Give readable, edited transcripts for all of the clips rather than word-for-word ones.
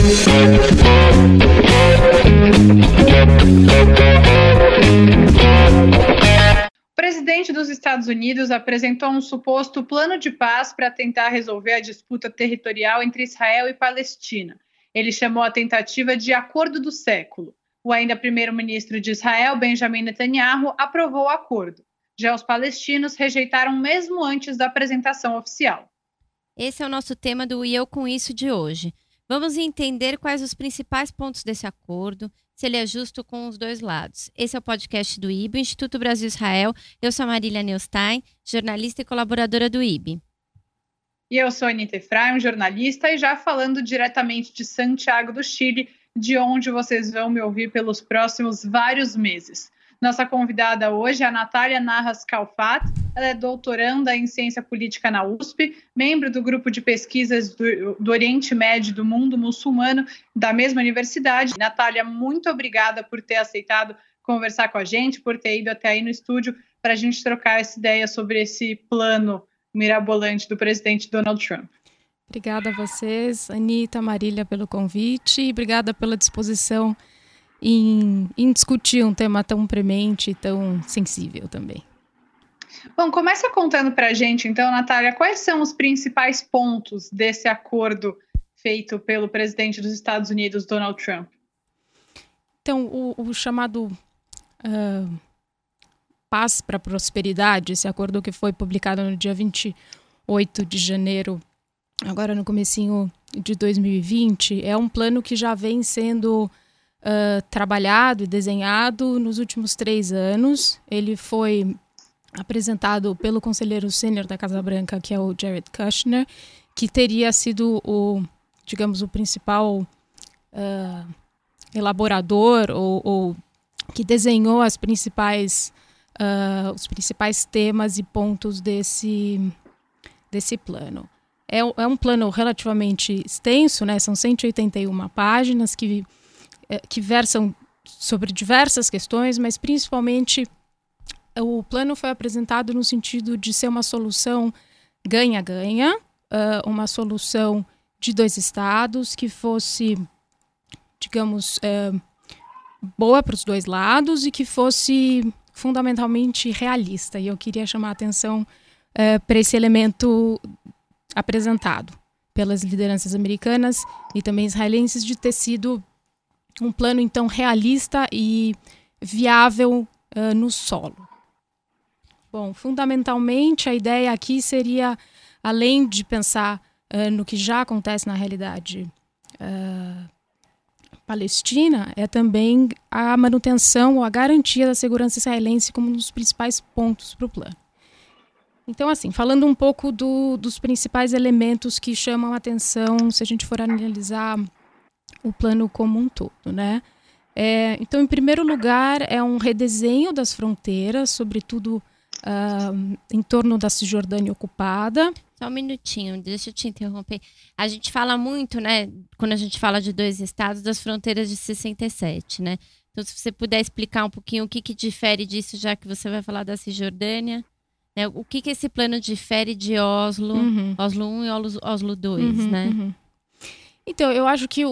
O presidente dos Estados Unidos apresentou um suposto plano de paz para tentar resolver a disputa territorial entre Israel e Palestina. Ele chamou a tentativa de acordo do século. O ainda primeiro-ministro de Israel, Benjamin Netanyahu, aprovou o acordo. Já os palestinos rejeitaram mesmo antes da apresentação oficial. Esse é o nosso tema do E Eu Com Isso de hoje. Vamos entender quais os principais pontos desse acordo, se ele é justo com os dois lados. Esse é o podcast do IB, Instituto Brasil-Israel. Eu sou a Marília Neustein, jornalista e colaboradora do IB. E eu sou a Anita Efraim, jornalista, e já falando diretamente de Santiago do Chile, de onde vocês vão me ouvir pelos próximos vários meses. Nossa convidada hoje é a Natália Narras Kalfat. Ela é doutoranda em Ciência Política na USP, membro do grupo de pesquisas do Oriente Médio e do mundo muçulmano da mesma universidade. Natália, muito obrigada por ter aceitado conversar com a gente, por ter ido até aí no estúdio para a gente trocar essa ideia sobre esse plano mirabolante do presidente Donald Trump. Obrigada a vocês, Anita, Marília, pelo convite e obrigada pela disposição em discutir um tema tão premente e tão sensível também. Bom, começa contando para a gente, então, Natália, quais são os principais pontos desse acordo feito pelo presidente dos Estados Unidos, Donald Trump? Então, o chamado Paz para a Prosperidade, esse acordo que foi publicado no dia 28 de janeiro, agora no comecinho de 2020, é um plano que já vem sendo trabalhado e desenhado nos últimos 3 anos. Ele foi apresentado pelo conselheiro sênior da Casa Branca, que é o Jared Kushner, que teria sido o principal elaborador ou que desenhou os principais temas e pontos desse plano. É um plano relativamente extenso, né? São 181 páginas que versam sobre diversas questões, mas principalmente o plano foi apresentado no sentido de ser uma solução ganha-ganha, uma solução de 2 estados que fosse, digamos, boa para os 2 lados e que fosse fundamentalmente realista. E eu queria chamar a atenção para esse elemento apresentado pelas lideranças americanas e também israelenses de ter sido um plano, então, realista e viável no solo. Bom, fundamentalmente, a ideia aqui seria, além de pensar no que já acontece na realidade palestina, é também a manutenção ou a garantia da segurança israelense como um dos principais pontos para o plano. Então, assim, falando um pouco dos principais elementos que chamam a atenção se a gente for analisar o plano como um todo, né? Então, em primeiro lugar, é um redesenho das fronteiras, sobretudo em torno da Cisjordânia ocupada. Só um minutinho, deixa eu te interromper. A gente fala muito, né, quando a gente fala de 2 estados, das fronteiras de 67, né? Então, se você puder explicar um pouquinho o que difere disso, já que você vai falar da Cisjordânia, né? O que esse plano difere de Oslo, Oslo 1 e Oslo 2, né? Uhum. Então, eu acho que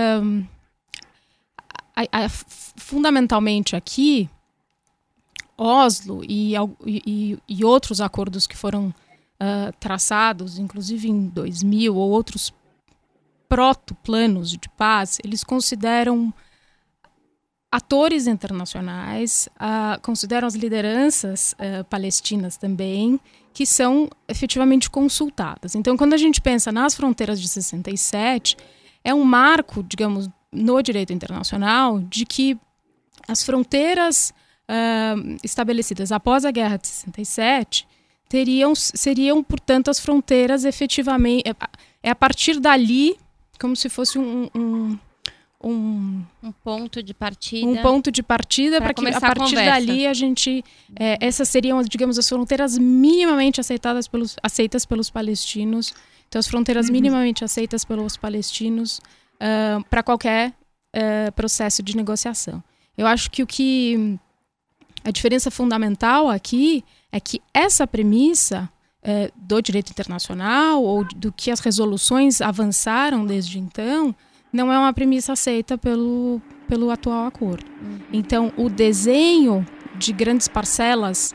fundamentalmente aqui, Oslo e outros acordos que foram traçados, inclusive em 2000, ou outros proto-planos de paz, eles consideram atores internacionais, consideram as lideranças palestinas também, que são efetivamente consultadas. Então, quando a gente pensa nas fronteiras de 67, é um marco, digamos, no direito internacional, de que as fronteiras estabelecidas após a Guerra de 67 seriam, portanto, as fronteiras efetivamente... É a partir dali, como se fosse um ponto de partida. Um ponto de partida para que a partir dali a gente... essas seriam, digamos, as fronteiras minimamente aceitas pelos palestinos. Então, as fronteiras minimamente aceitas pelos palestinos para qualquer processo de negociação. Eu acho que a diferença fundamental aqui é que essa premissa do direito internacional ou do que as resoluções avançaram desde então não é uma premissa aceita pelo atual acordo. Então, o desenho de grandes parcelas,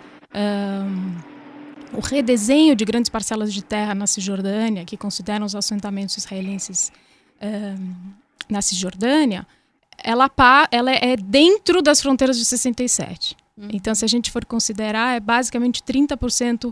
o redesenho de grandes parcelas de terra na Cisjordânia, que consideram os assentamentos israelenses na Cisjordânia, ela é dentro das fronteiras de 67. Então, se a gente for considerar, é basicamente 30%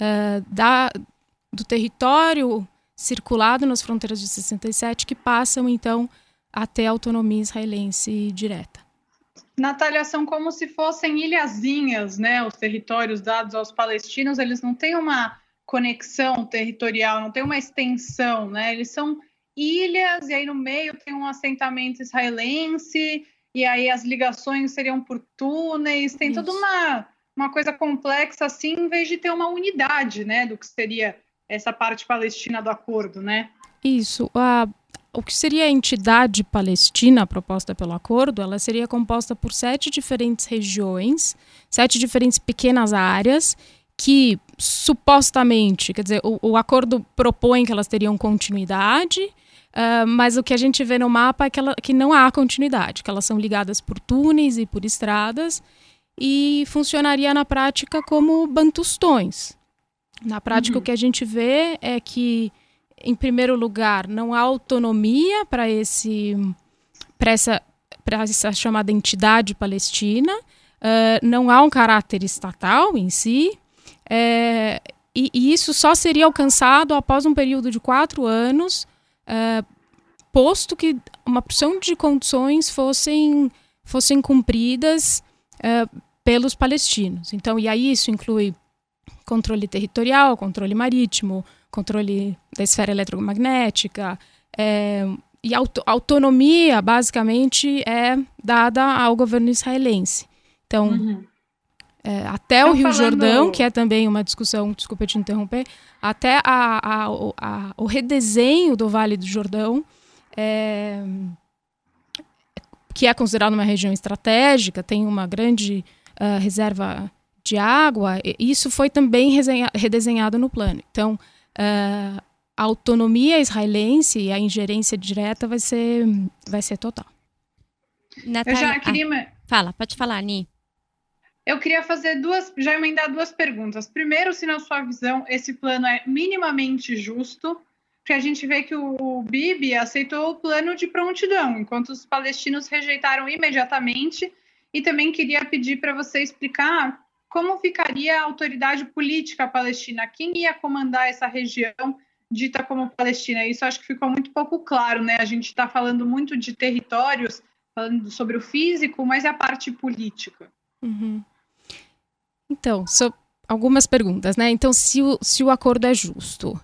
do território circulado nas fronteiras de 67 que passam, então, a ter autonomia israelense direta. Natália, são como se fossem ilhazinhas, né? Os territórios dados aos palestinos, eles não têm uma conexão territorial, não tem uma extensão, né? Eles são ilhas e aí no meio tem um assentamento israelense e aí as ligações seriam por túneis, tem toda uma coisa complexa assim, em vez de ter uma unidade, né? Do que seria essa parte palestina do acordo, né? Isso. O que seria a entidade palestina proposta pelo acordo, ela seria composta por 7 diferentes regiões, 7 diferentes pequenas áreas, que supostamente, quer dizer, o acordo propõe que elas teriam continuidade, mas o que a gente vê no mapa é que não há continuidade, que elas são ligadas por túneis e por estradas, e funcionaria na prática como bantustões. Na prática, o que a gente vê é que, em primeiro lugar, não há autonomia para essa chamada entidade palestina, não há um caráter estatal em si, e isso só seria alcançado após um período de 4 anos, posto que uma porção de condições fossem cumpridas pelos palestinos. Então, e aí isso inclui controle territorial, controle marítimo, controle da esfera eletromagnética, e autonomia, basicamente, é dada ao governo israelense. Então, até o Rio Jordão, que é também uma discussão, desculpa te interromper, até o redesenho do Vale do Jordão, que é considerado uma região estratégica, tem uma grande reserva de água, isso foi também redesenhado no plano. Então, a autonomia israelense e a ingerência direta vai ser total. Natália, eu já queria... pode falar, Ani. Eu queria já emendar 2 perguntas. Primeiro, se na sua visão esse plano é minimamente justo, porque a gente vê que o Bibi aceitou o plano de prontidão, enquanto os palestinos rejeitaram imediatamente, e também queria pedir para você explicar como ficaria a autoridade política palestina, quem ia comandar essa região dita como Palestina. Isso acho que ficou muito pouco claro, né? A gente está falando muito de territórios, falando sobre o físico, mas é a parte política. Então, algumas perguntas, né? Então, se o acordo é justo,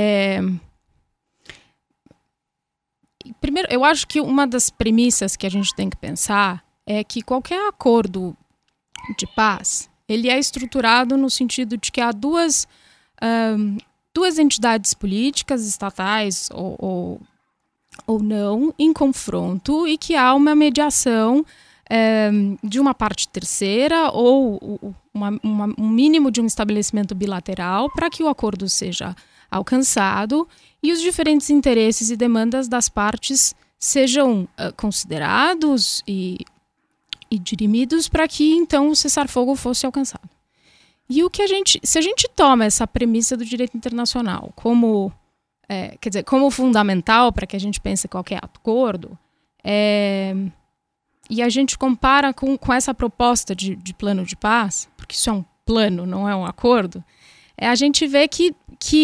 primeiro, eu acho que uma das premissas que a gente tem que pensar é que qualquer acordo de paz, ele é estruturado no sentido de que há duas entidades políticas, estatais ou não, em confronto, e que há uma mediação de uma parte terceira ou um mínimo de um estabelecimento bilateral para que o acordo seja alcançado e os diferentes interesses e demandas das partes sejam considerados e dirimidos para que, então, o cessar-fogo fosse alcançado. E se a gente toma essa premissa do direito internacional como fundamental para que a gente pense qualquer acordo, e a gente compara com essa proposta de plano de paz, porque isso é um plano, não é um acordo, a gente vê que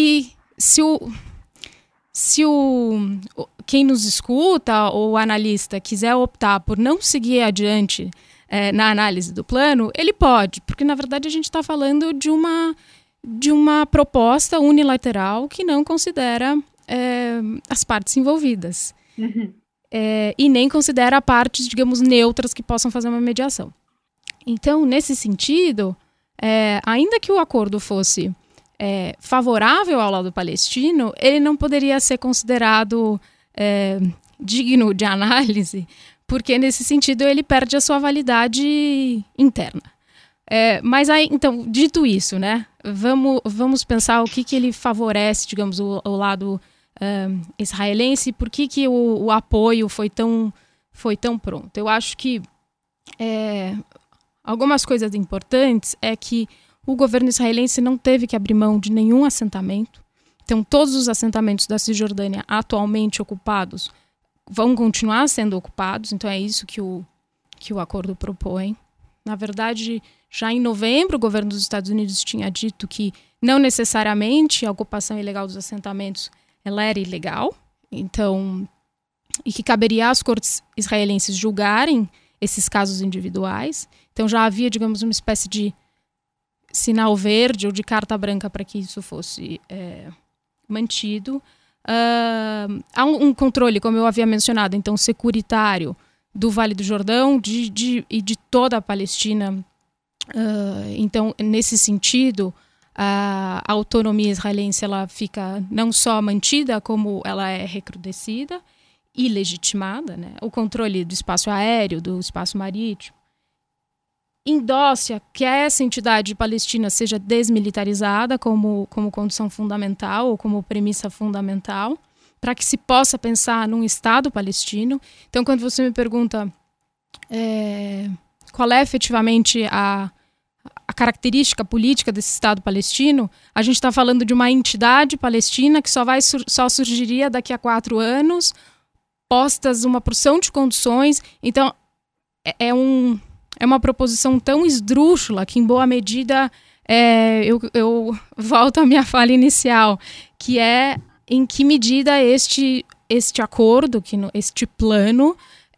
se quem nos escuta ou o analista quiser optar por não seguir adiante na análise do plano, ele pode, porque na verdade a gente está falando de uma proposta unilateral que não considera as partes envolvidas. E nem considera partes, digamos, neutras que possam fazer uma mediação. Então, nesse sentido, ainda que o acordo fosse favorável ao lado palestino, ele não poderia ser considerado digno de análise, porque nesse sentido ele perde a sua validade interna. Mas aí, então, dito isso, né, vamos pensar o que ele favorece, digamos, o lado israelense, por que o apoio foi tão pronto. Eu acho que algumas coisas importantes é que o governo israelense não teve que abrir mão de nenhum assentamento. Então, todos os assentamentos da Cisjordânia atualmente ocupados vão continuar sendo ocupados. Então, é isso que o acordo propõe. Na verdade, já em novembro, o governo dos Estados Unidos tinha dito que não necessariamente a ocupação ilegal dos assentamentos ela era ilegal. Então, e que caberia às cortes israelenses julgarem esses casos individuais. Então, já havia, digamos, uma espécie de sinal verde ou de carta branca para que isso fosse mantido. Há um controle, como eu havia mencionado, então, securitário do Vale do Jordão e de toda a Palestina. Então, nesse sentido, a autonomia israelense ela fica não só mantida, como ela é recrudescida e legitimada, né? O controle do espaço aéreo, do espaço marítimo. Endossa que essa entidade palestina seja desmilitarizada como condição fundamental ou como premissa fundamental para que se possa pensar num Estado palestino. Então, quando você me pergunta qual é efetivamente a característica política desse Estado palestino, a gente está falando de uma entidade palestina que só surgiria daqui a 4 anos, postas uma porção de condições. Então, é uma proposição tão esdrúxula que, em boa medida, eu volto à minha fala inicial, que é em que medida este acordo, este plano,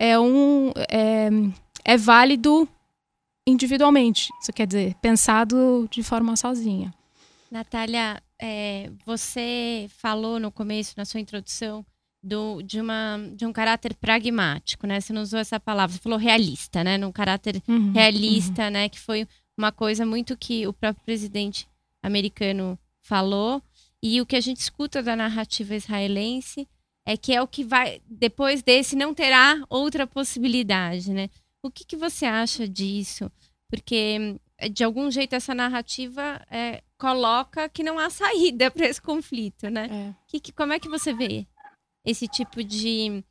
é válido individualmente. Isso quer dizer, pensado de forma sozinha. Natália, você falou no começo, na sua introdução, de um caráter pragmático, né? Você não usou essa palavra, você falou realista, né? Num caráter realista, né? Que foi uma coisa muito que o próprio presidente americano falou, e o que a gente escuta da narrativa israelense é que é o que vai, depois desse, não terá outra possibilidade, né? O que você acha disso? Porque, de algum jeito, essa narrativa coloca que não há saída para esse conflito, né? Como é que você vê esse tipo de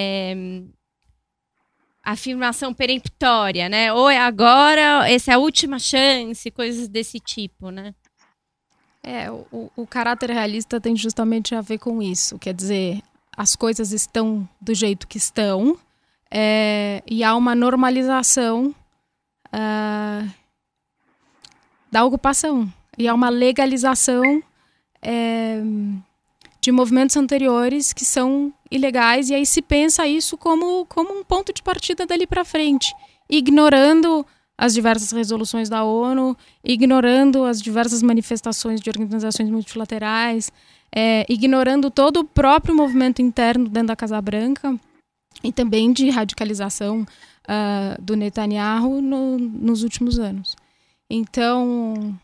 afirmação peremptória, né? Ou é agora, essa é a última chance, coisas desse tipo, né? O caráter realista tem justamente a ver com isso. Quer dizer, as coisas estão do jeito que estão e há uma normalização da ocupação. E há uma legalização de movimentos anteriores que são ilegais, e aí se pensa isso como um ponto de partida dali para frente, ignorando as diversas resoluções da ONU, ignorando as diversas manifestações de organizações multilaterais, ignorando todo o próprio movimento interno dentro da Casa Branca e também de radicalização do Netanyahu nos últimos anos. Então,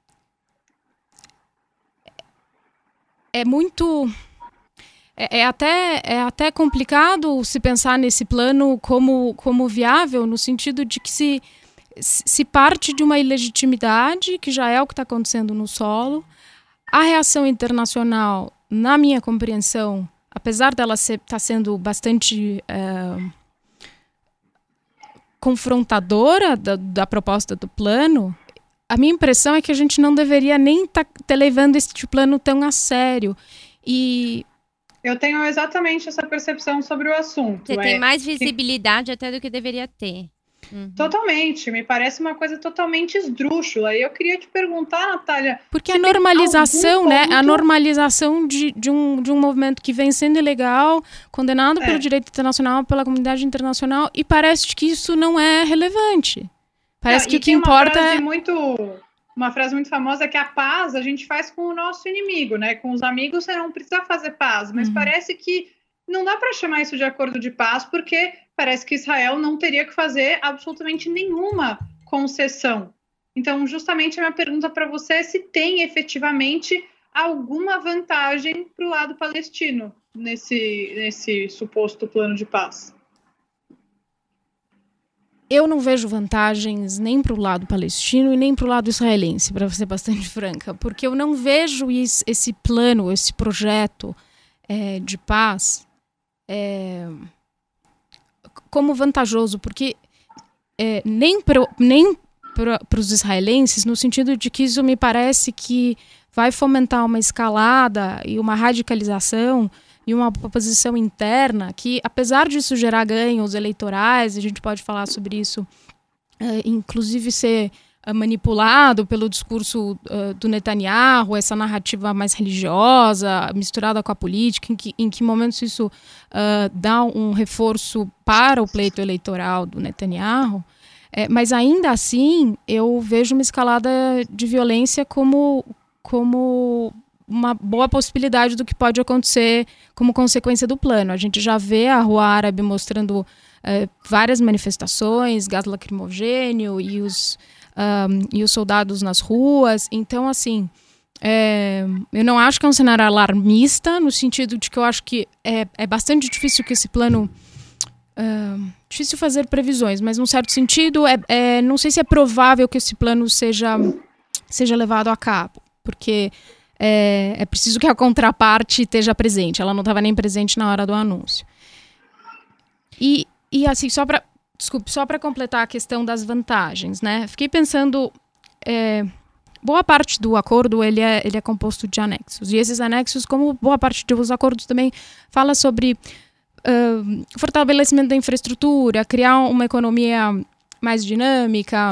é até complicado se pensar nesse plano como viável, no sentido de que se parte de uma ilegitimidade, que já é o que está acontecendo no solo. A reação internacional, na minha compreensão, apesar dela estar sendo bastante confrontadora da proposta do plano, a minha impressão é que a gente não deveria nem estar levando este plano tão a sério. E eu tenho exatamente essa percepção sobre o assunto. Você tem mais visibilidade até do que deveria ter. Totalmente, me parece uma coisa totalmente esdrúxula. E eu queria te perguntar, Natália... Porque a normalização, né? A normalização de um movimento que vem sendo ilegal, condenado pelo direito internacional, pela comunidade internacional, e parece que isso não é relevante. Parece que o que importa uma frase muito famosa é que a paz a gente faz com o nosso inimigo, né? Com os amigos você não precisa fazer paz, mas parece que não dá para chamar isso de acordo de paz, porque parece que Israel não teria que fazer absolutamente nenhuma concessão. Então, justamente a minha pergunta para você é se tem efetivamente alguma vantagem para o lado palestino nesse suposto plano de paz. Eu não vejo vantagens nem para o lado palestino e nem para o lado israelense, para ser bastante franca, porque eu não vejo esse plano, esse projeto de paz como vantajoso, porque nem para os israelenses, no sentido de que isso me parece que vai fomentar uma escalada e uma radicalização e uma oposição interna que, apesar disso gerar ganhos eleitorais, a gente pode falar sobre isso, inclusive ser manipulado pelo discurso do Netanyahu, essa narrativa mais religiosa, misturada com a política, em que momentos isso dá um reforço para o pleito eleitoral do Netanyahu, mas ainda assim eu vejo uma escalada de violência como uma boa possibilidade do que pode acontecer como consequência do plano. A gente já vê a Rua Árabe mostrando várias manifestações, gás lacrimogênio e os soldados nas ruas. Então, assim, eu não acho que é um cenário alarmista, no sentido de que eu acho que é bastante difícil que esse plano... difícil fazer previsões, mas num certo sentido, não sei se é provável que esse plano seja levado a cabo, porque é preciso que a contraparte esteja presente. Ela não estava nem presente na hora do anúncio. E assim, só para completar a questão das vantagens, né? Fiquei pensando, boa parte do acordo ele é composto de anexos. E esses anexos, como boa parte dos acordos também, fala sobre fortalecimento da infraestrutura, criar uma economia mais dinâmica,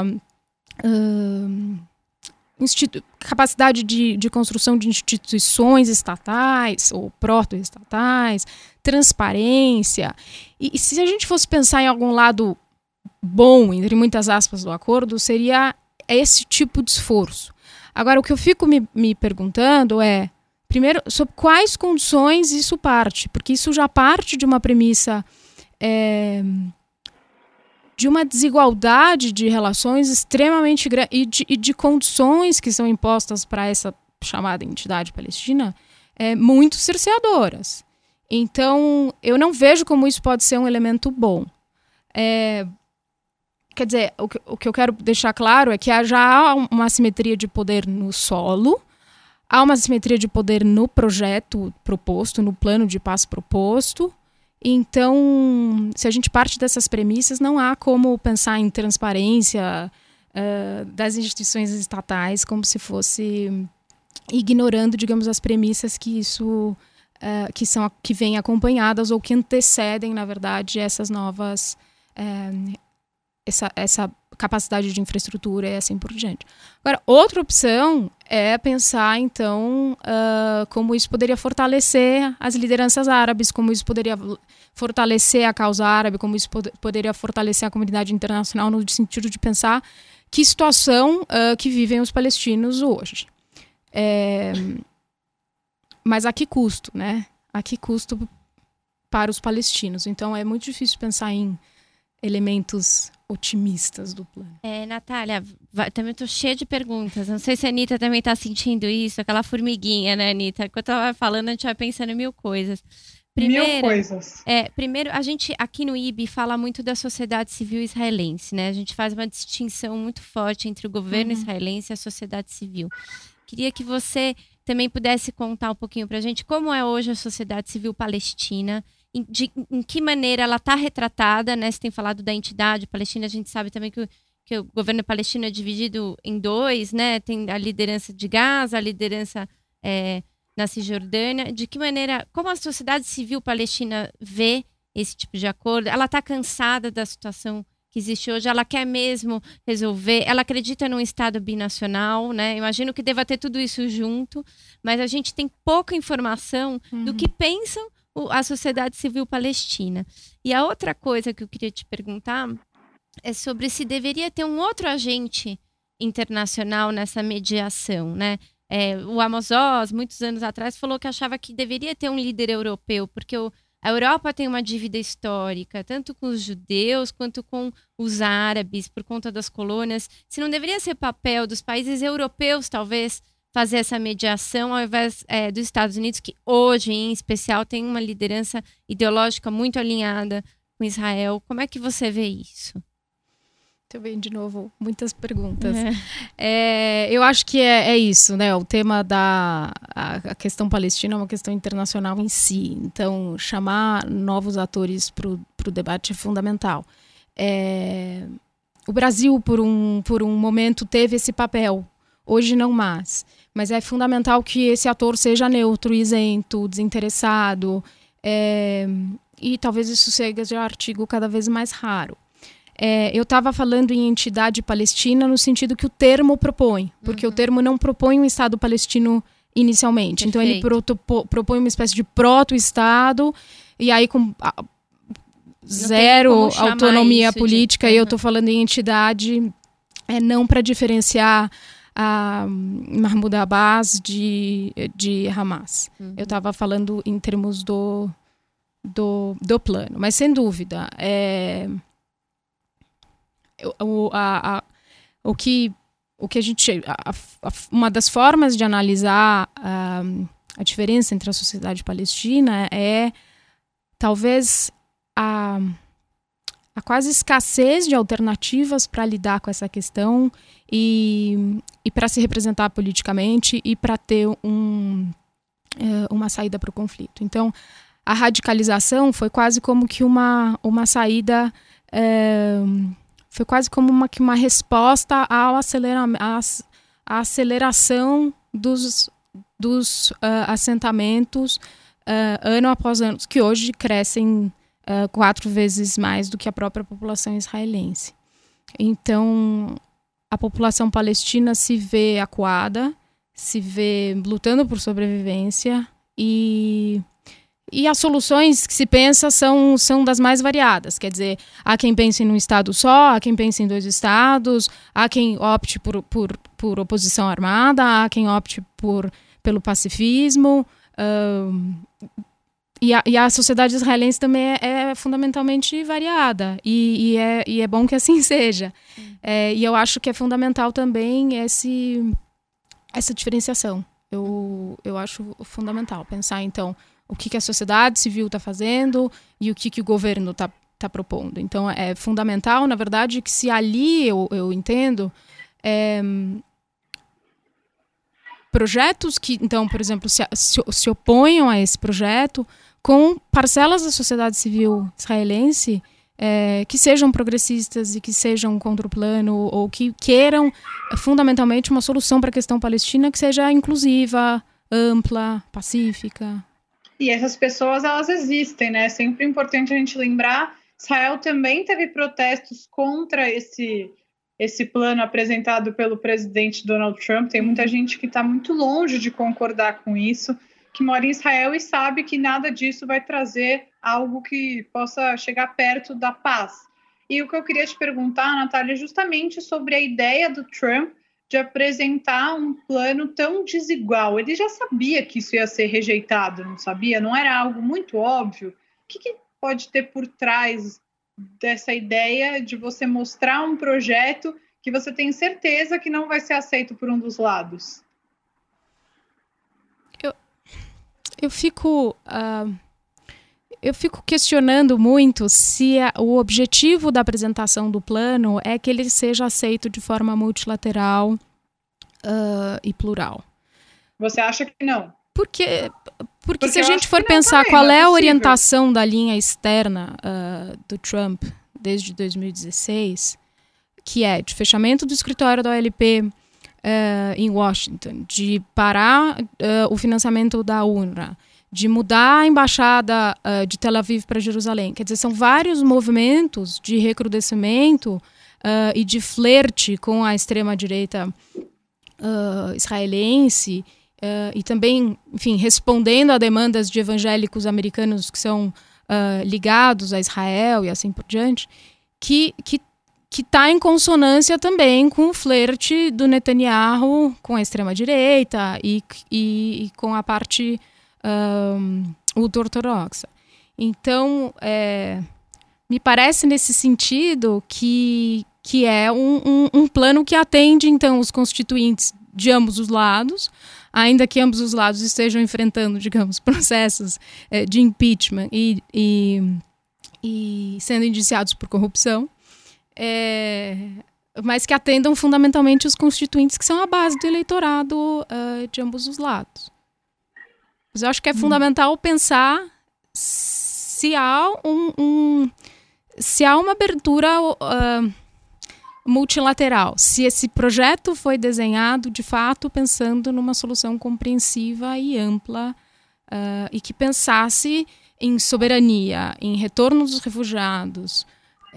capacidade de construção de instituições estatais ou proto-estatais, transparência. E se a gente fosse pensar em algum lado bom, entre muitas aspas, do acordo, seria esse tipo de esforço. Agora, o que eu fico me perguntando primeiro, sobre quais condições isso parte, porque isso já parte de uma premissa de uma desigualdade de relações extremamente grande e de condições que são impostas para essa chamada entidade palestina muito cerceadoras. Então, eu não vejo como isso pode ser um elemento bom. Quer dizer, o que eu quero deixar claro é que já há uma assimetria de poder no solo, há uma assimetria de poder no projeto proposto, no plano de paz proposto. Então, se a gente parte dessas premissas, não há como pensar em transparência das instituições estatais como se fosse ignorando, digamos, as premissas que isso que vêm acompanhadas ou que antecedem, na verdade, essas novas essa capacidade de infraestrutura e assim por diante. Agora, outra opção é pensar, então, como isso poderia fortalecer as lideranças árabes, como isso poderia fortalecer a causa árabe, como isso poderia fortalecer a comunidade internacional no sentido de pensar que situação que vivem os palestinos hoje. Mas a que custo, né? A que custo para os palestinos? Então, é muito difícil pensar em elementos otimistas do plano. Natália, também estou cheia de perguntas. Não sei se a Anitta também está sentindo isso, aquela formiguinha, né, Anitta? Enquanto ela vai falando, a gente vai pensando em mil coisas. Primeiro, a gente aqui no IB fala muito da sociedade civil israelense, né? A gente faz uma distinção muito forte entre o governo israelense e a sociedade civil. Queria que você também pudesse contar um pouquinho para a gente como é hoje a sociedade civil palestina, em que maneira ela está retratada, né? Você tem falado da entidade palestina, a gente sabe também que o governo palestino é dividido em dois, né? Tem a liderança de Gaza, a liderança na Cisjordânia. De que maneira, como a sociedade civil palestina vê esse tipo de acordo? Ela está cansada da situação que existe hoje? Ela quer mesmo resolver? Ela acredita num Estado binacional, né? Imagino que deva ter tudo isso junto, mas a gente tem pouca informação do que pensam a sociedade civil palestina. E a outra coisa que eu queria te perguntar é sobre se deveria ter um outro agente internacional nessa mediação, né? O Amos Oz, muitos anos atrás, falou que achava que deveria ter um líder europeu, porque a Europa tem uma dívida histórica, tanto com os judeus quanto com os árabes, por conta das colônias. Se não deveria ser papel dos países europeus, talvez, fazer essa mediação, ao invés dos Estados Unidos, que hoje, em especial, tem uma liderança ideológica muito alinhada com Israel. Como é que você vê isso? Muito bem, de novo, muitas perguntas. Eu acho que é isso, né? O tema a questão palestina é uma questão internacional em si. Então, chamar novos atores para o debate é fundamental. O Brasil, por um momento, teve esse papel. Hoje não mais. Mas é fundamental que esse ator seja neutro, isento, desinteressado. E talvez isso seja um artigo cada vez mais raro. Eu estava falando em entidade palestina no sentido que o termo propõe, porque o termo não propõe um Estado palestino inicialmente. Perfeito. Então ele propõe uma espécie de proto-Estado, e aí com zero autonomia política, e eu estou falando em entidade não para diferenciar a Mahmoud Abbas de Hamas. Eu estava falando em termos do plano, mas sem dúvida uma das formas de analisar a diferença entre a sociedade palestina é talvez a quase escassez de alternativas para lidar com essa questão e para se representar politicamente e para ter uma saída para o conflito. Então, a radicalização foi quase como que uma saída, foi quase como uma resposta à aceleração dos assentamentos ano após ano, que hoje crescem 4 vezes mais do que a própria população israelense. Então, a população palestina se vê acuada, se vê lutando por sobrevivência e as soluções que se pensa são das mais variadas. Quer dizer, há quem pense num Estado só, há quem pense em 2 Estados, há quem opte por oposição armada, há quem opte pelo pacifismo. E a sociedade israelense também é fundamentalmente variada. E é bom que assim seja. E eu acho que é fundamental também essa diferenciação. Eu acho fundamental pensar, então, o que a sociedade civil está fazendo e o que o governo está propondo. Então, é fundamental, na verdade, que se ali, eu entendo, projetos que, então, por exemplo, se oponham a esse projeto com parcelas da sociedade civil israelense que sejam progressistas e que sejam contra o plano ou que queiram, fundamentalmente, uma solução para a questão palestina que seja inclusiva, ampla, pacífica. E essas pessoas, elas existem, né? É sempre importante a gente lembrar. Israel também teve protestos contra esse plano apresentado pelo presidente Donald Trump. Tem muita gente que está muito longe de concordar com isso, que mora em Israel e sabe que nada disso vai trazer algo que possa chegar perto da paz. E o que eu queria te perguntar, Natália, é justamente sobre a ideia do Trump de apresentar um plano tão desigual. Ele já sabia que isso ia ser rejeitado, não sabia? Não era algo muito óbvio? O que pode ter por trás dessa ideia de você mostrar um projeto que você tem certeza que não vai ser aceito por um dos lados? Eu fico questionando muito se o objetivo da apresentação do plano é que ele seja aceito de forma multilateral e plural. Você acha que não? Porque se a gente for pensar qual é a orientação da linha externa do Trump desde 2016, que é de fechamento do escritório da OLP em Washington, de parar o financiamento da UNRWA, de mudar a embaixada de Tel Aviv para Jerusalém. Quer dizer, são vários movimentos de recrudescimento e de flerte com a extrema-direita israelense e também, enfim, respondendo a demandas de evangélicos americanos que são ligados a Israel e assim por diante, que está em consonância também com o flerte do Netanyahu com a extrema-direita e com a parte ultra-ortodoxa. Então, me parece nesse sentido que é um plano que atende, então, os constituintes de ambos os lados, ainda que ambos os lados estejam enfrentando, digamos, processos de impeachment e sendo indiciados por corrupção. mas que atendam fundamentalmente os constituintes que são a base do eleitorado de ambos os lados. Mas eu acho que é fundamental pensar se há uma abertura multilateral, se esse projeto foi desenhado de fato pensando numa solução compreensiva e ampla e que pensasse em soberania, em retorno dos refugiados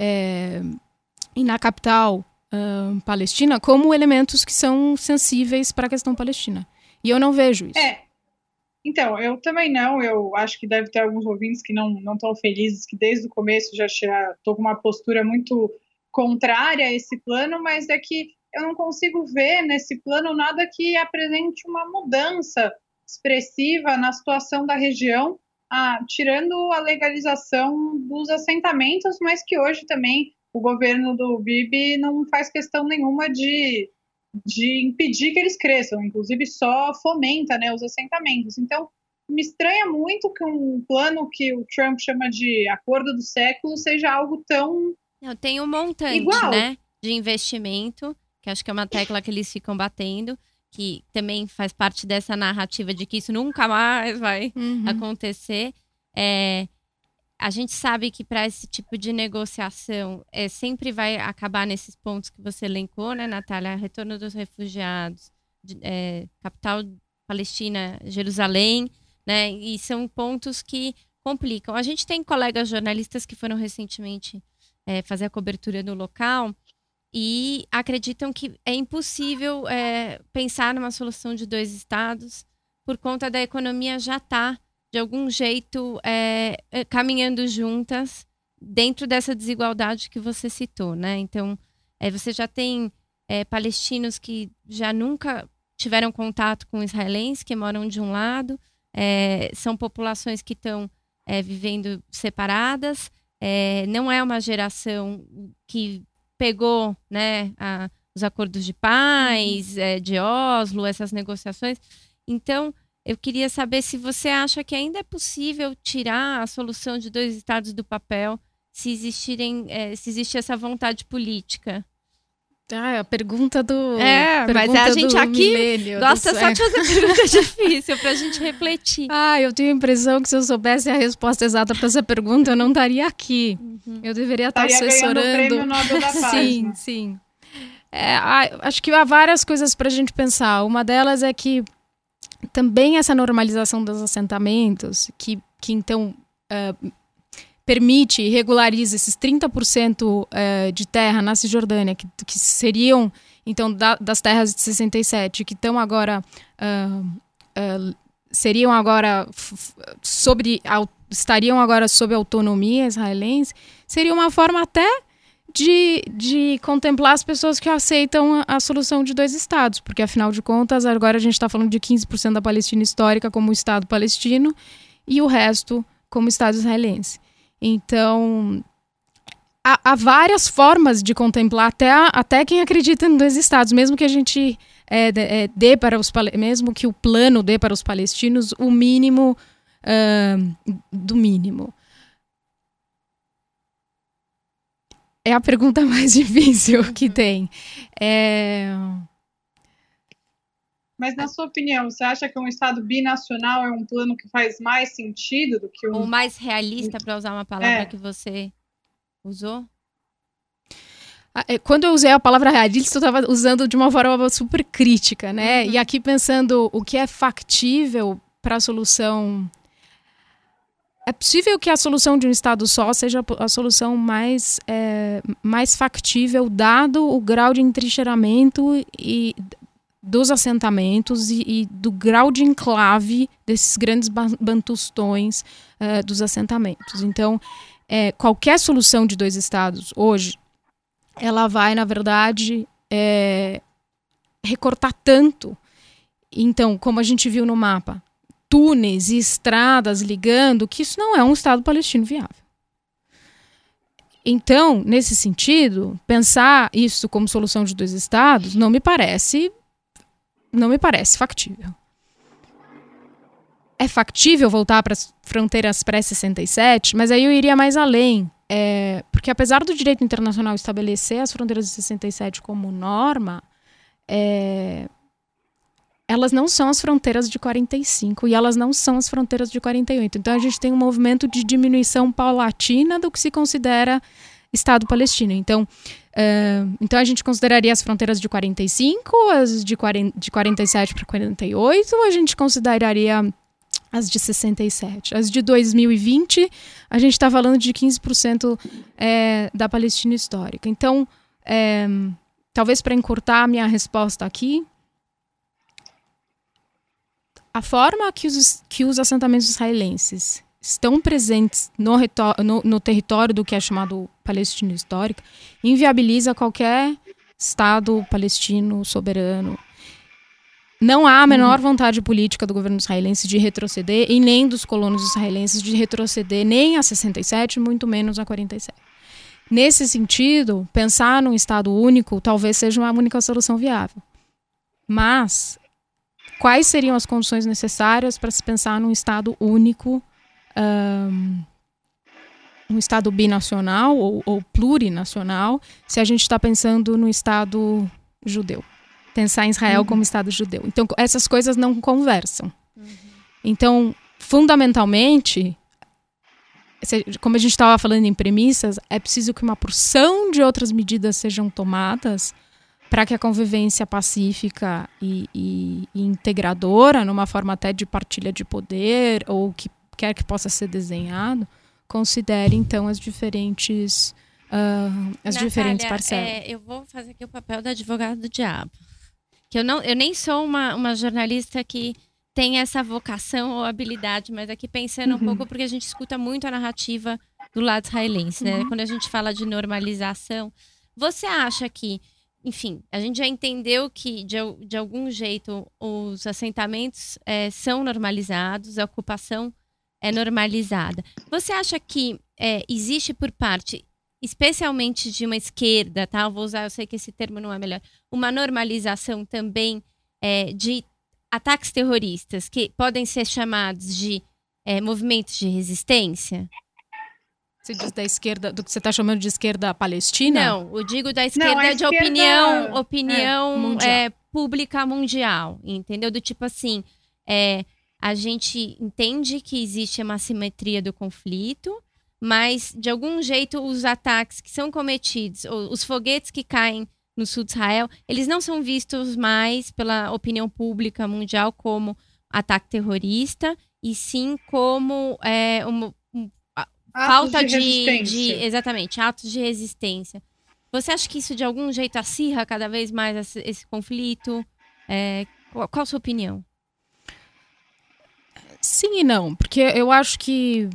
e na capital palestina como elementos que são sensíveis para a questão palestina. E eu não vejo isso. Então, eu também não. Eu acho que deve ter alguns ouvintes que não estão felizes, que desde o começo já estou com uma postura muito contrária a esse plano, mas é que eu não consigo ver nesse plano nada que apresente uma mudança expressiva na situação da região, tirando a legalização dos assentamentos, mas que hoje também o governo do Bibi não faz questão nenhuma de impedir que eles cresçam, inclusive só fomenta, né, os assentamentos. Então, me estranha muito que um plano que o Trump chama de acordo do século seja algo tão tem um montante, igual, né, de investimento, que acho que é uma tecla que eles ficam batendo, que também faz parte dessa narrativa de que isso nunca mais vai acontecer. A gente sabe que para esse tipo de negociação sempre vai acabar nesses pontos que você elencou, né, Natália? Retorno dos refugiados, capital Palestina, Jerusalém, né? E são pontos que complicam. A gente tem colegas jornalistas que foram recentemente fazer a cobertura no local e acreditam que é impossível pensar numa solução de 2 estados por conta da economia já estar de algum jeito caminhando juntas dentro dessa desigualdade que você citou, né? Então, você já tem palestinos que já nunca tiveram contato com israelenses, que moram de um lado, são populações que estão vivendo separadas, não é uma geração que pegou, né, os acordos de paz, de Oslo, essas negociações. Então, eu queria saber se você acha que ainda é possível tirar a solução de 2 estados do papel, se existe essa vontade política. A pergunta do mas a gente aqui gosta só de fazer pergunta difícil pra gente refletir. Eu tenho a impressão que se eu soubesse a resposta exata para essa pergunta, eu não estaria aqui. Eu deveria estar assessorando. O Prêmio Nobel da Paz. Sim. Acho que há várias coisas para a gente pensar. Uma delas é que também essa normalização dos assentamentos, que então permite e regulariza esses 30% de terra na Cisjordânia, que seriam, então, das terras de 67, que estão agora, estariam agora sob autonomia israelense, seria uma forma até de contemplar as pessoas que aceitam a solução de 2 estados, porque afinal de contas agora a gente está falando de 15% da Palestina histórica como Estado palestino e o resto como Estado israelense. Então há várias formas de contemplar até quem acredita em 2 estados, mesmo que a gente mesmo que o plano dê para os palestinos o mínimo do mínimo. É a pergunta mais difícil que tem. Mas, na sua opinião, você acha que um Estado binacional é um plano que faz mais sentido do que ou mais realista, para usar uma palavra que você usou? Quando eu usei a palavra realista, eu estava usando de uma forma super crítica, né? E aqui pensando o que é factível para a solução. É possível que a solução de um Estado só seja a solução mais factível, dado o grau de entrincheiramento e dos assentamentos e do grau de enclave desses grandes bantustões dos assentamentos. Então, qualquer solução de 2 estados hoje, ela vai, na verdade, recortar tanto. Então, como a gente viu no mapa, túneis e estradas ligando, que isso não é um Estado palestino viável. Então, nesse sentido, pensar isso como solução de 2 estados não me parece factível. É factível voltar para as fronteiras pré-67, mas aí eu iria mais além, porque apesar do direito internacional estabelecer as fronteiras de 67 como norma, elas não são as fronteiras de 45 e elas não são as fronteiras de 48. Então a gente tem um movimento de diminuição paulatina do que se considera Estado palestino. Então a gente consideraria as fronteiras de 45, as de 47 para 48, ou a gente consideraria as de 67. As de 2020, a gente está falando de 15% da Palestina histórica. Então, talvez para encurtar a minha resposta aqui, a forma que os assentamentos israelenses estão presentes no território do que é chamado Palestina histórica inviabiliza qualquer Estado palestino soberano. Não há a menor vontade política do governo israelense de retroceder e nem dos colonos israelenses de retroceder nem a 67, muito menos a 47. Nesse sentido, pensar num Estado único talvez seja uma única solução viável. Mas quais seriam as condições necessárias para se pensar num Estado único, um Estado binacional ou plurinacional, se a gente está pensando no Estado judeu? Pensar em Israel como Estado judeu. Então, essas coisas não conversam. Então, fundamentalmente, como a gente estava falando em premissas, é preciso que uma porção de outras medidas sejam tomadas para que a convivência pacífica e integradora, numa forma até de partilha de poder, ou que quer que possa ser desenhado, considere, então, as diferentes parcelas. Eu vou fazer aqui o papel da advogada do diabo. Que eu nem sou uma jornalista que tem essa vocação ou habilidade, mas aqui pensando um pouco, porque a gente escuta muito a narrativa do lado israelense, né? Quando a gente fala de normalização, você acha que, enfim, a gente já entendeu que, de algum jeito, os assentamentos são normalizados, a ocupação é normalizada. Você acha que existe por parte, especialmente de uma esquerda, tá? Eu sei que esse termo não é melhor, uma normalização também de ataques terroristas que podem ser chamados de movimentos de resistência? Você diz da esquerda, do que você está chamando de esquerda palestina? Não, eu digo da esquerda de opinião pública mundial, entendeu? Do tipo assim, a gente entende que existe uma assimetria do conflito, mas, de algum jeito, os ataques que são cometidos, os foguetes que caem no sul de Israel, eles não são vistos mais pela opinião pública mundial como ataque terrorista, e sim como falta exatamente, atos de resistência. Você acha que isso, de algum jeito, acirra cada vez mais esse conflito? Qual a sua opinião? Sim e não, porque eu acho que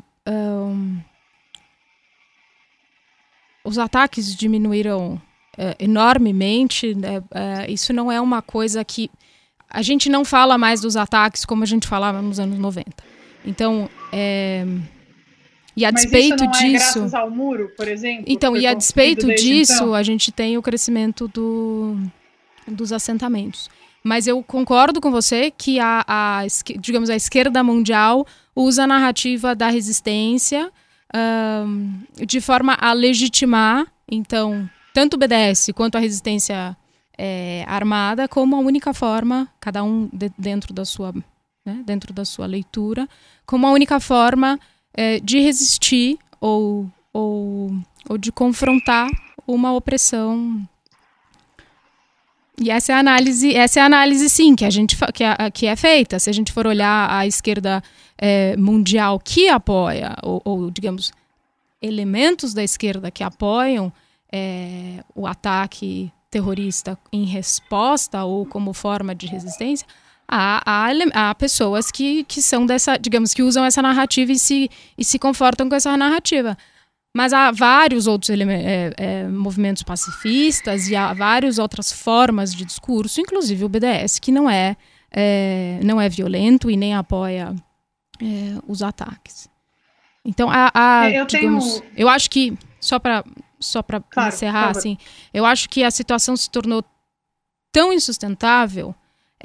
os ataques diminuíram enormemente. Isso não é uma coisa que... A gente não fala mais dos ataques como a gente falava nos anos 90. Então, e a despeito isso não disso... é graças ao muro, por exemplo? Então, e a despeito disso, a gente tem o crescimento dos assentamentos. Mas eu concordo com você que digamos, a esquerda mundial usa a narrativa da resistência de forma a legitimar, então, tanto o BDS quanto a resistência armada como a única forma, cada um dentro da sua leitura, como a única forma de resistir ou de confrontar uma opressão. E essa é a análise, sim, que é feita. Se a gente for olhar a esquerda mundial que apoia, ou digamos, elementos da esquerda que apoiam o ataque terrorista em resposta ou como forma de resistência, há pessoas que são dessa, digamos, que usam essa narrativa e se confortam com essa narrativa. Mas há vários outros movimentos pacifistas e há várias outras formas de discurso, inclusive o BDS, que não é violento e nem apoia os ataques. Então, eu acho que, só para encerrar, assim, eu acho que a situação se tornou tão insustentável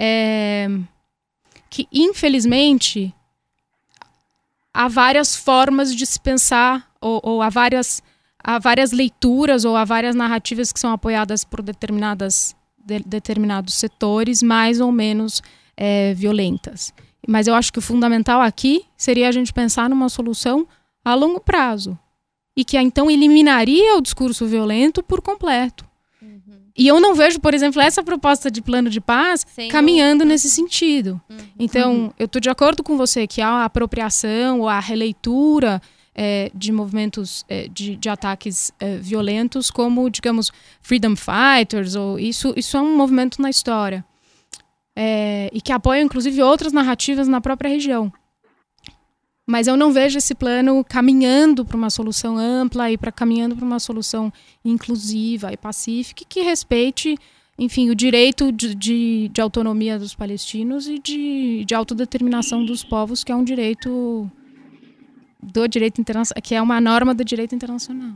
que, infelizmente, há várias formas de se pensar ou há há várias leituras ou há várias narrativas que são apoiadas por determinados setores mais ou menos violentas. Mas eu acho que o fundamental aqui seria a gente pensar numa solução a longo prazo e que então eliminaria o discurso violento por completo. E eu não vejo, por exemplo, essa proposta de plano de paz caminhando nesse sentido. Então, eu estou de acordo com você que há a apropriação ou a releitura de movimentos de ataques violentos como, digamos, freedom fighters, ou isso é um movimento na história. E que apoia, inclusive, outras narrativas na própria região. Mas eu não vejo esse plano caminhando para uma solução ampla e caminhando para uma solução inclusiva e pacífica que respeite, enfim, o direito de autonomia dos palestinos e de autodeterminação dos povos, que é um direito do direito internacional, que é uma norma do direito internacional.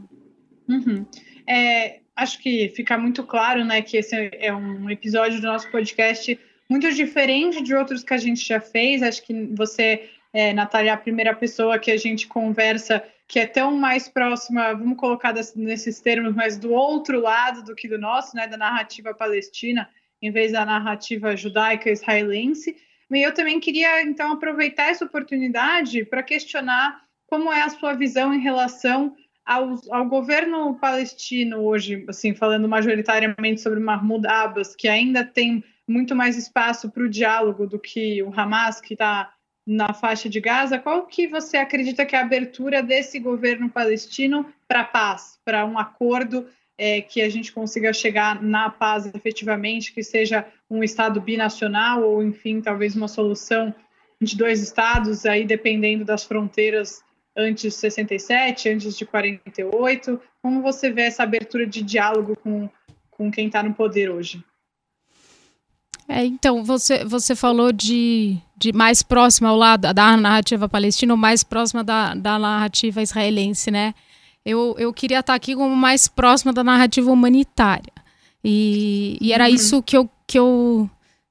Acho que fica muito claro, né, que esse é um episódio do nosso podcast muito diferente de outros que a gente já fez. Acho que você, Natália, a primeira pessoa que a gente conversa que é tão mais próxima, vamos colocar nesses termos, mas do outro lado do que do nosso, né, da narrativa palestina, em vez da narrativa judaica israelense. E eu também queria, então, aproveitar essa oportunidade para questionar como é a sua visão em relação ao governo palestino hoje, assim, falando majoritariamente sobre Mahmoud Abbas, que ainda tem muito mais espaço para o diálogo do que o Hamas, que está na faixa de Gaza. Qual que você acredita que é a abertura desse governo palestino para a paz, para um acordo que a gente consiga chegar na paz efetivamente, que seja um Estado binacional ou, enfim, talvez uma solução de 2 estados, aí dependendo das fronteiras antes de 67, antes de 48? Como você vê essa abertura de diálogo com quem está no poder hoje? Então, você falou de mais próxima ao lado da narrativa palestina ou mais próxima da narrativa israelense, né? Eu queria estar aqui como mais próxima da narrativa humanitária. E era isso que eu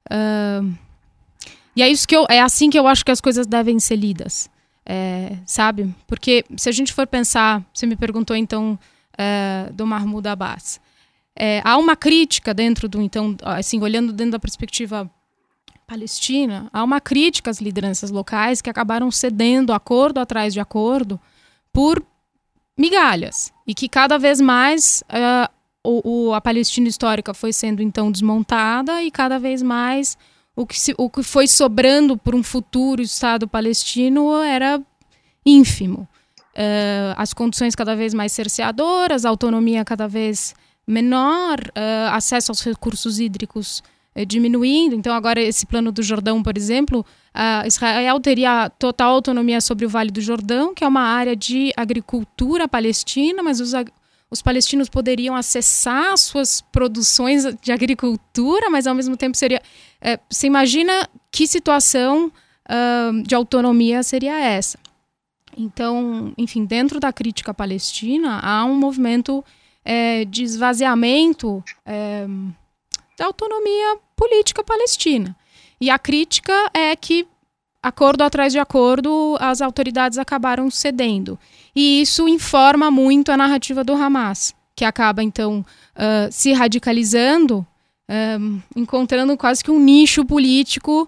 é assim que eu acho que as coisas devem ser lidas, sabe? Porque se a gente for pensar, você me perguntou então do Mahmoud Abbas. Há uma crítica dentro então, assim, olhando dentro da perspectiva palestina, há uma crítica às lideranças locais que acabaram cedendo acordo atrás de acordo por migalhas, e que cada vez mais a Palestina histórica foi sendo então desmontada, e cada vez mais o que foi sobrando por um futuro Estado palestino era ínfimo. As condições cada vez mais cerceadoras, a autonomia cada vez menor, acesso aos recursos hídricos diminuindo. Então agora esse plano do Jordão, por exemplo, Israel teria total autonomia sobre o Vale do Jordão, que é uma área de agricultura palestina, mas os palestinos poderiam acessar suas produções de agricultura, mas ao mesmo tempo seria... você imagina que situação de autonomia seria essa? Então, enfim, dentro da crítica palestina há um movimento de esvaziamento da autonomia política palestina. E a crítica é que, acordo atrás de acordo, as autoridades acabaram cedendo. E isso informa muito a narrativa do Hamas, que acaba, então, se radicalizando, encontrando quase que um nicho político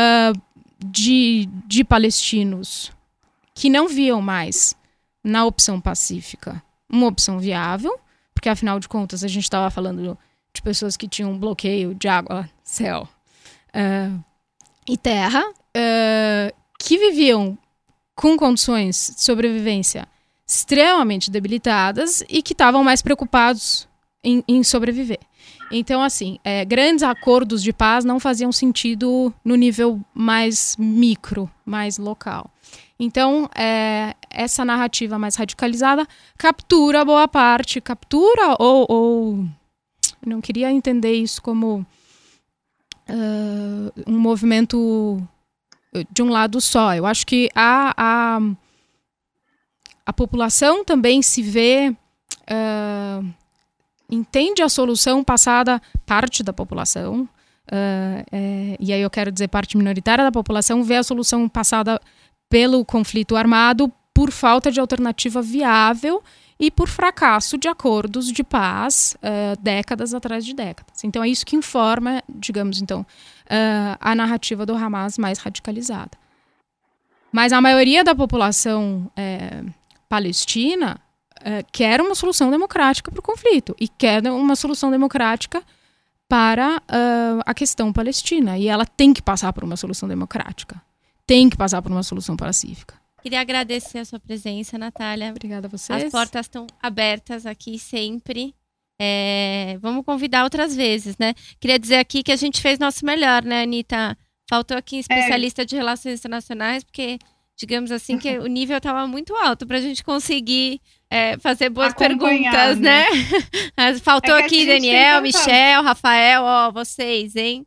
de palestinos que não viam mais na opção pacífica uma opção viável, porque, afinal de contas, a gente estava falando de pessoas que tinham um bloqueio de água, céu e terra, que viviam com condições de sobrevivência extremamente debilitadas e que estavam mais preocupados em sobreviver. Então, assim, grandes acordos de paz não faziam sentido no nível mais micro, mais local. Então, essa narrativa mais radicalizada captura boa parte, ou não queria entender isso como um movimento de um lado só. Eu acho que a população também se vê, entende a solução passada, parte da população, e aí eu quero dizer parte minoritária da população, vê a solução passada pelo conflito armado por falta de alternativa viável e por fracasso de acordos de paz décadas atrás de décadas. Então é isso que informa, digamos, então, a narrativa do Hamas mais radicalizada. Mas a maioria da população palestina quer uma solução democrática para o conflito e quer uma solução democrática para a questão palestina. E ela tem que passar por uma solução democrática. Tem que passar por uma solução pacífica. Queria agradecer a sua presença, Natália. Obrigada a vocês. As portas estão abertas aqui sempre. Vamos convidar outras vezes, né? Queria dizer aqui que a gente fez nosso melhor, né, Anitta? Faltou aqui um especialista de relações internacionais, porque, digamos assim, que o nível estava muito alto para a gente conseguir fazer boas perguntas, né? Faltou aqui Daniel, Michel, Rafael, vocês, hein?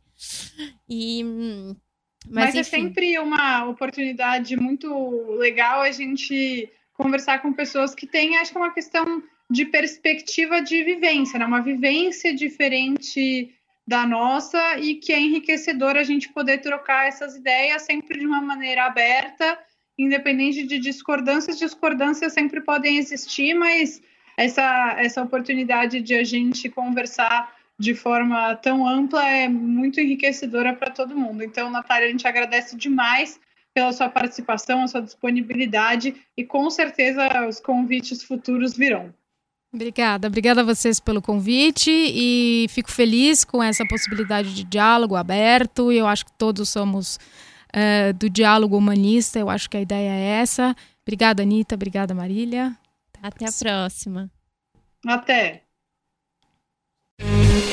Mas é sempre uma oportunidade muito legal a gente conversar com pessoas que têm, acho que, uma questão de perspectiva de vivência, né? Uma vivência diferente da nossa e que é enriquecedor a gente poder trocar essas ideias sempre de uma maneira aberta, independente de discordâncias. Discordâncias sempre podem existir, mas essa oportunidade de a gente conversar de forma tão ampla é muito enriquecedora para todo mundo. Então, Natália, a gente agradece demais pela sua participação, a sua disponibilidade e com certeza os convites futuros virão. Obrigada a vocês pelo convite e fico feliz com essa possibilidade de diálogo aberto. Eu acho que todos somos do diálogo humanista, eu acho que a ideia é essa. Obrigada, Anitta, obrigada, Marília. Até a próxima. Até.